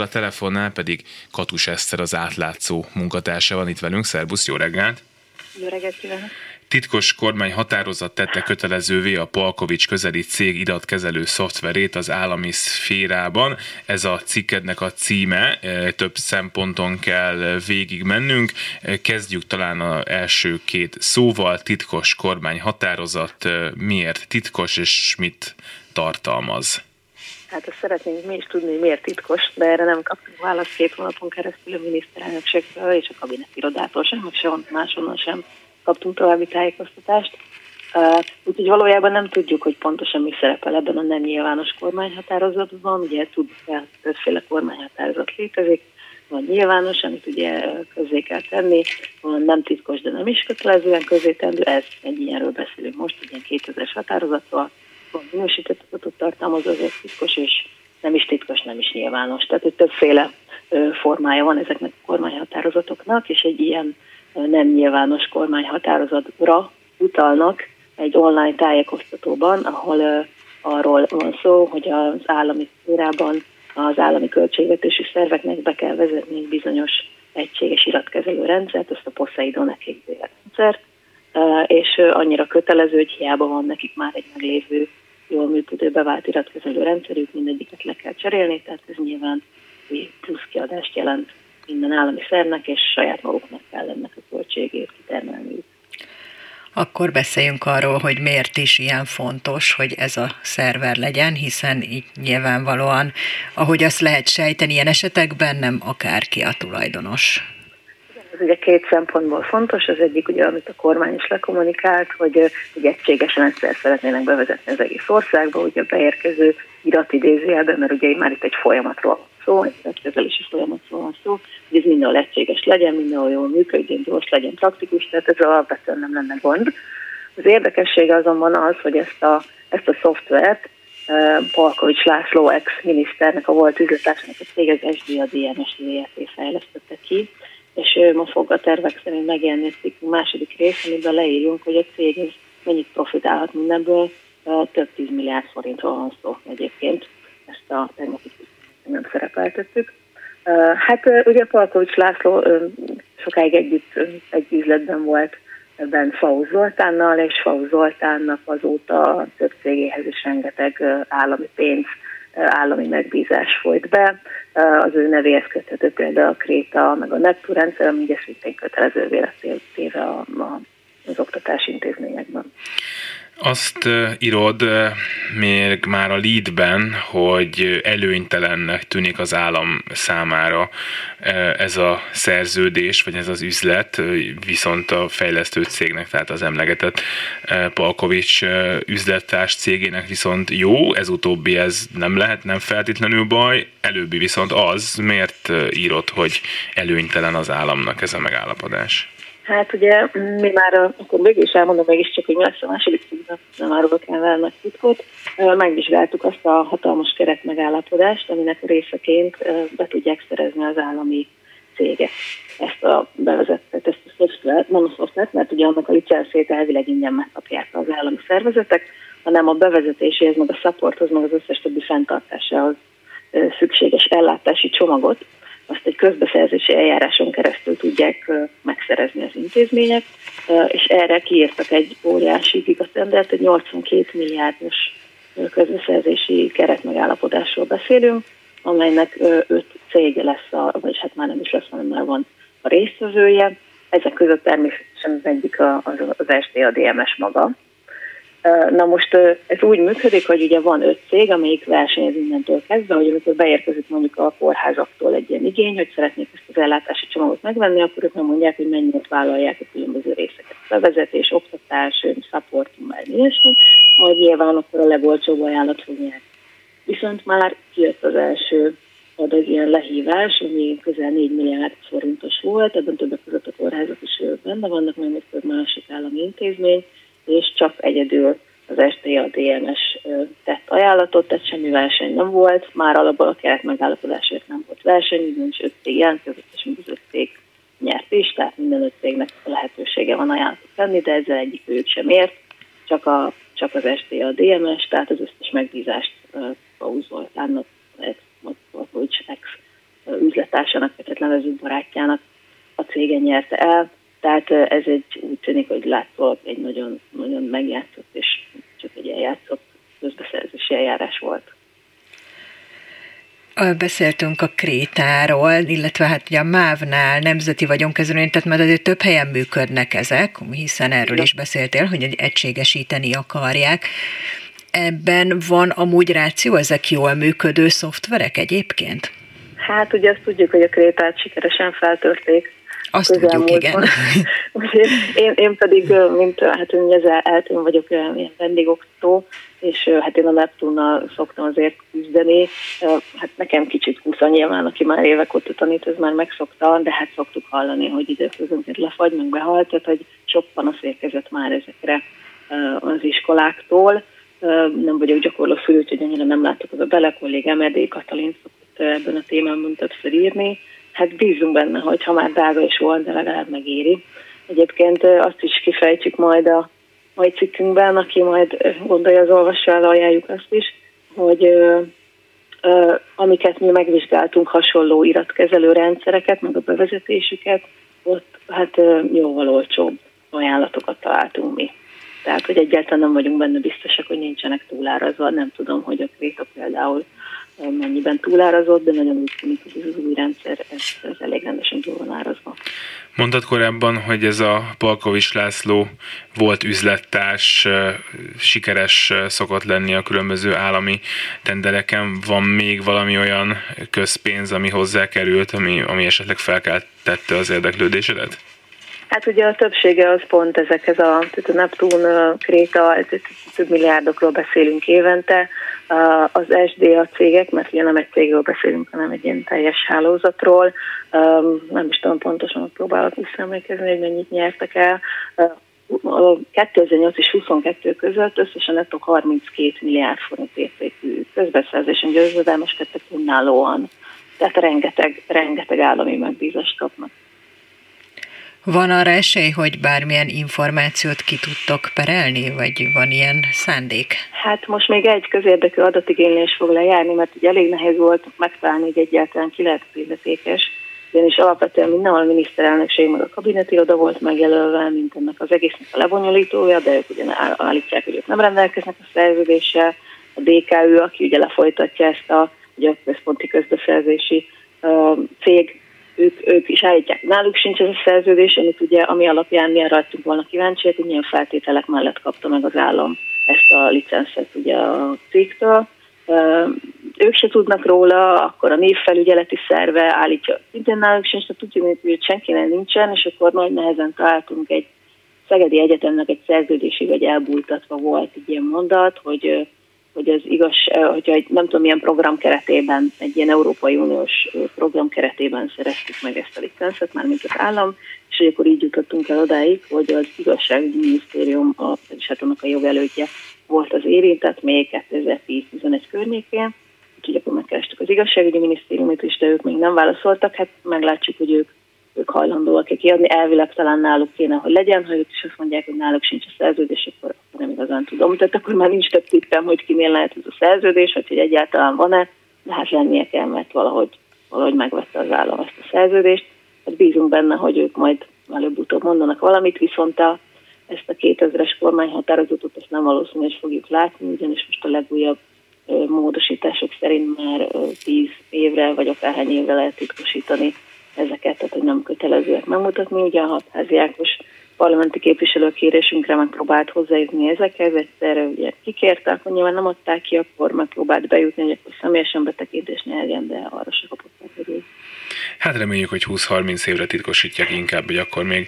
A telefonnál pedig Katus Eszter, az Átlátszó munkatársa van itt velünk. Szerbusz, jó reggelt! Jó reggelt kívánok! Titkos kormányhatározat tette kötelezővé a Palkovics közeli cég iratkezelő szoftverét az állami szférában. Ez a cikkednek a címe, több szemponton kell végigmennünk. Kezdjük talán az első két szóval. Titkos kormányhatározat, miért titkos és mit tartalmaz? Hát azt szeretnénk mi is tudni, hogy miért titkos, de erre nem kaptunk választ 2 hónapon keresztül a miniszterelnökségtől és a kabinettirodától sem, meg sehol máshonnan sem kaptunk további tájékoztatást. Úgyhogy valójában nem tudjuk, hogy pontosan mi szerepel ebben a nem nyilvános kormányhatározatban. Ugye tudjuk, hogy többféle kormányhatározat létezik. Van nyilvános, amit ugye közzé kell tenni, van nem titkos, de nem is kötelezően közzétendő, ez egy ilyenről beszélünk most, ilyen 2000-es határozatról. Van minősített adatot tartalmaz, az titkos, és nem is titkos, nem is nyilvános. Tehát hogy többféle formája van ezeknek a kormányhatározatoknak, és egy ilyen nem nyilvános kormányhatározatra utalnak egy online tájékoztatóban, ahol arról van szó, hogy az állami szférában az állami költségvetési szerveknek be kell vezetni egy bizonyos egységes iratkezelő rendszert, ezt a Poseidon EKZ rendszert, és annyira kötelező, hogy hiába van nekik már egy meglévő, jól működő bevált iratkezelő rendszerük, mindegyiket le kell cserélni, tehát ez nyilván plusz kiadást jelent minden állami szervnek, és saját maguknak kell ennek a költségét kitermelniük. Akkor beszéljünk arról, hogy miért is ilyen fontos, hogy ez a szerver legyen, hiszen így nyilvánvalóan, ahogy azt lehet sejteni, ilyen esetekben nem akárki a tulajdonos. Ez ugye 2 szempontból fontos, az egyik ugye, amit a kormány is lekommunikált, hogy egységesen egyszer szeretnének bevezetni az egész országba, ugye a beérkező iratidézőjelben, mert ugye már itt egy folyamatról van szó, egy iratkezelési folyamatról van szó, hogy ez mindenhol egységes legyen, mindenhol jól működjön, gyors legyen, praktikus, tehát ez alapvetően nem lenne gond. Az érdekessége azonban az, hogy ezt a szoftvert Palkovics László ex-miniszternek, a volt üzlettársának a cég, az SDA DMS Zrt. Fejlesztette ki, és ma fog a tervek szerint megjelenni a cikkünk második rész, amiben leírjunk, hogy a cég mennyit profitálhat mindenből, több 10 milliárd forintról van szó egyébként, ezt a tegnapi nem szerepeltettük. Hát ugye Palkovics László sokáig együtt egy üzletben volt ebben Faust Zoltánnal, és Faust Zoltánnak azóta több cégéhez is rengeteg állami pénz, állami megbízás folyt be. Az ő nevéhez köthető például a Kréta, meg a Neptun rendszer, ami ugye szintén kötelezővé lett téve az oktatási intézményekben. Azt írod még már a leadben, hogy előnytelennek tűnik az állam számára ez a szerződés, vagy ez az üzlet, viszont a fejlesztő cégnek, tehát az emlegetett Palkovics üzlettárs cégének viszont jó, ez utóbbi ez nem lehet, nem feltétlenül baj, előbbi viszont az. Miért írod, hogy előnytelen az államnak ez a megállapodás? Hát ugye mi már, akkor végül is elmondom mégiscsak, hogy mi lesz a második cikkben, nem árulok el vele nagy titkot. Megvizsgáltuk azt a hatalmas keretmegállapodást, aminek a részeként be tudják szerezni az állami cégek ezt a bevezettet, ezt a szoftvert, nem a szoftvert, mert ugye annak a licenszét elvileg ingyen megkapják az állami szervezetek, hanem a bevezetéséhez, meg a supporthoz, meg az összes többi fenntartásához szükséges ellátási csomagot, azt egy közbeszerzési eljáráson keresztül tudják megszerezni az intézmények, és erre kiírtak egy óriási gigatendert, egy 82 milliárdos közbeszerzési keretmegállapodásról beszélünk, amelynek 5 cége lesz, vagyis hát már nem is lesz, hanem már van a résztvevője. Ezek között természetesen az egyik az SDA DMS maga. Na most ez úgy működik, hogy ugye van 5 cég, amelyik versenyez innentől kezdve, hogy amikor beérkezik mondjuk a kórházaktól egy ilyen igény, hogy szeretnék ezt az ellátási csomagot megvenni, akkor ők megmondják, hogy mennyit vállalják a különböző részeket. Bevezetés, oktatás, support, már ilyesmi, majd nyilván akkor a legolcsóbb ajánlat fogják. Viszont már kijött az első adag ilyen lehívás, ami közel 4 milliárd forintos volt, ebben többek között a kórházak is benne vannak, meg még több másik állami intézmény, és csak egyedül az SDA DMS tett ajánlatot, tehát semmi verseny nem volt, már alapból a keret megállapodásért nem volt verseny, ugyanis 5 cég jelentkezett, és mind az 5 cég nyert is, tehát minden 5 cégnek lehetősége van ajánlatot tenni, de ezzel egyik ők sem ért, csak az SDA DMS, tehát az összes megbízást Faust Zoltánnak, Palkovics ex munkatársának, illetve barátjának a cége nyerte el. Tehát ez úgy tűnik, hogy látszólag egy nagyon, nagyon megjátszott és csak egy eljátszott közbeszerzési eljárás volt. Beszéltünk a Krétáról, illetve hát ugye a MÁV-nál nemzeti vagyonkezelőnél, tehát már azért több helyen működnek ezek, hiszen erről is beszéltél, hogy egységesíteni akarják. Ebben van amúgy ráció, ezek jól működő szoftverek egyébként? Hát ugye azt tudjuk, hogy a Krétát sikeresen feltörték. Azt tudjuk, igen. Én pedig, ezzel eltűn vagyok ilyen vendégoktató, és hát én a Neptunnal szoktam azért küzdeni. Hát nekem kicsit húsza nyilván, aki már évek óta tanít, ez már megszokta, de hát szoktuk hallani, hogy időközönként lefagy, meg behalt, tehát hogy sok panasz érkezett már ezekre az iskoláktól. Nem vagyok gyakorló szülő, úgyhogy annyira nem látok oda bele, kollégám Erdélyi Katalin szokott ebben a témában többször írni. Hát bízunk benne, hogy ha már drága is volt, de legalább megéri. Egyébként azt is kifejtjük majd a mai cikkünkben, aki majd gondolja, az olvassa el, ajánljuk azt is, hogy amiket mi megvizsgáltunk, hasonló iratkezelő rendszereket, meg a bevezetésüket, ott hát jóval olcsóbb ajánlatokat találtunk mi. Tehát, hogy egyáltalán nem vagyunk benne biztosak, hogy nincsenek túlárazva. Nem tudom, hogy a Kréta például mennyiben túlárazott, de nagyon úgy tűnik, hogy ez az új rendszer ez elég rendesen túl van árazva. Mondtad korábban, hogy ez a Palkovics László volt üzlettárs, sikeres szokott lenni a különböző állami tendereken. Van még valami olyan közpénz, ami hozzákerült, ami esetleg felkeltette az érdeklődésedet? Hát ugye a többsége az pont ezekhez a Neptun, Kréta, több milliárdokról beszélünk évente, az SDA cégek, mert ugye nem egy cégről beszélünk, hanem egy ilyen teljes hálózatról, nem is tudom pontosan, próbálok visszaemlékezni, hogy mennyit nyertek el. 2008 és 2022 között összesen nettó 32 milliárd forint értékű közbeszerzésen győzedelmeskedtek önállóan. Tehát rengeteg állami megbízást kapnak. Van arra esély, hogy bármilyen információt ki tudtok perelni, vagy van ilyen szándék? Hát most még egy közérdekű adatigénylés fog lejárni, mert ugye elég nehéz volt megtalálni, hogy egyáltalán ki lehet illetékes, ugyanis alapvetően mindenhol a miniszterelnökség meg a kabinetiroda volt megjelölve, mint ennek az egésznek a lebonyolítója, de ők ugye állítják, hogy ők nem rendelkeznek a szerződéssel, a DKÜ, aki ugye lefolytatja ezt a központi közbeszerzési cég, ők is állítják, náluk sincs ez a szerződés, ami alapján milyen rajtunk volna kíváncsiak, hogy milyen feltételek mellett kapta meg az állam ezt a licenszet ugye a cégtől. Ők se tudnak róla, akkor a névfelügyeleti szerve állítja, szintén náluk sincs, de tudjuk, hogy senkinek nincsen, és akkor nagy nehezen találtunk egy Szegedi Egyetemnek egy szerződésig, vagy elbújtatva volt egy ilyen mondat, hogy az igaz, hogyha egy nem tudom milyen program keretében, egy ilyen Európai Uniós program keretében szereztük meg ezt a licenszet, mármint az állam, és hogy akkor így jutottunk el odáig, hogy az igazságügyi minisztérium, vagyis hát annak a jogelődje volt az érintett még 2010-11 környékén, úgyhogy akkor megkerestük az igazságügyi minisztériumot is, de ők még nem válaszoltak, hát meglátjuk, hogy ők hajlandóak kiadni, elvileg talán náluk kéne, hogy legyen, ha ők is azt mondják, hogy náluk sincs a szerződés, akkor nem igazán tudom. Tehát akkor már nincs több tippem, hogy kinél lehet ez a szerződés, vagy hogy egyáltalán van-e, de hát lennie kell, mert valahogy megvette az állam ezt a szerződést. Hát bízunk benne, hogy ők majd előbb-utóbb mondanak valamit, viszont ezt a 2000-es kormányhatározatot ezt nem valószínű, hogy fogjuk látni, ugyanis most a legújabb módosítások szerint már 10 évre, vagy akárhány évre lehet titkosítani ezeket, tehát hogy nem kötelezőek megmutatni. Ugye a Hatházi Ákos parlamenti képviselő kérésünkre megpróbált hozzájutni ezekhez, egyszerre ugye kikérte, akkor nyilván nem adták ki, akkor megpróbált bejutni, hogy akkor személyesen betekintés nyerjen, de arra se kapott meg. Hát reméljük, hogy 20-30 évre titkosítják inkább, hogy akkor még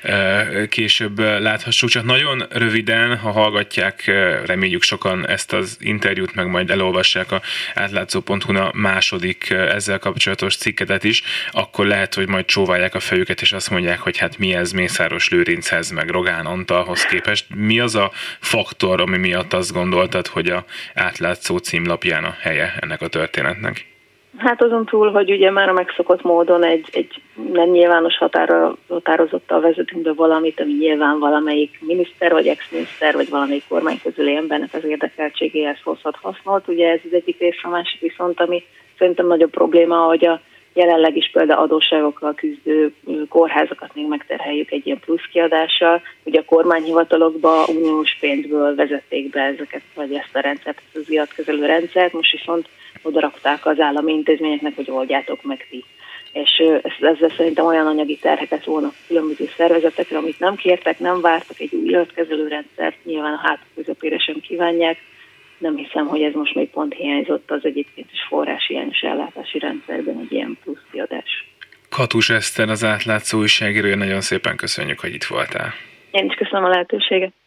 később láthassuk. Csak nagyon röviden, ha hallgatják, reméljük sokan ezt az interjút, meg majd elolvassák a átlátszó.hu-n a második ezzel kapcsolatos cikketet is, akkor lehet, hogy majd csóválják a fejüket, és azt mondják, hogy hát mi ez Mészáros Lőrinchez, meg Rogán Antalhoz képest. Mi az a faktor, ami miatt azt gondoltad, hogy a Átlátszó címlapján a helye ennek a történetnek? Hát azon túl, hogy ugye már a megszokott módon egy nem nyilvános határozottal vezetünk be valamit, ami nyilván valamelyik miniszter, vagy ex-miniszter, vagy valamelyik kormány közüli embernek az érdekeltségéhez hozhat hasznot. Ugye ez az egyik része, a másik viszont, ami szerintem nagyobb probléma, hogy a jelenleg is például adósságokkal küzdő kórházakat még megterheljük egy ilyen plusz kiadással. Ugye a kormányhivatalokba uniós pénzből vezették be ezeket, vagy ezt a rendszert, az iratkezelő rendszert, most viszont odarakták az állami intézményeknek, hogy oldjátok meg ti. És ezzel szerintem olyan anyagi terheket volna különböző szervezetekre, amit nem kértek, nem vártak egy új iratkezelő rendszert, nyilván a hátuk közepére sem kívánják. Nem hiszem, hogy ez most még pont hiányzott az egyébként is forráshiányos ellátási rendszerben egy ilyen plusz kiadás. Katus Eszter, az Átlátszó újságírója, nagyon szépen köszönjük, hogy itt voltál. Én is köszönöm a lehetőséget.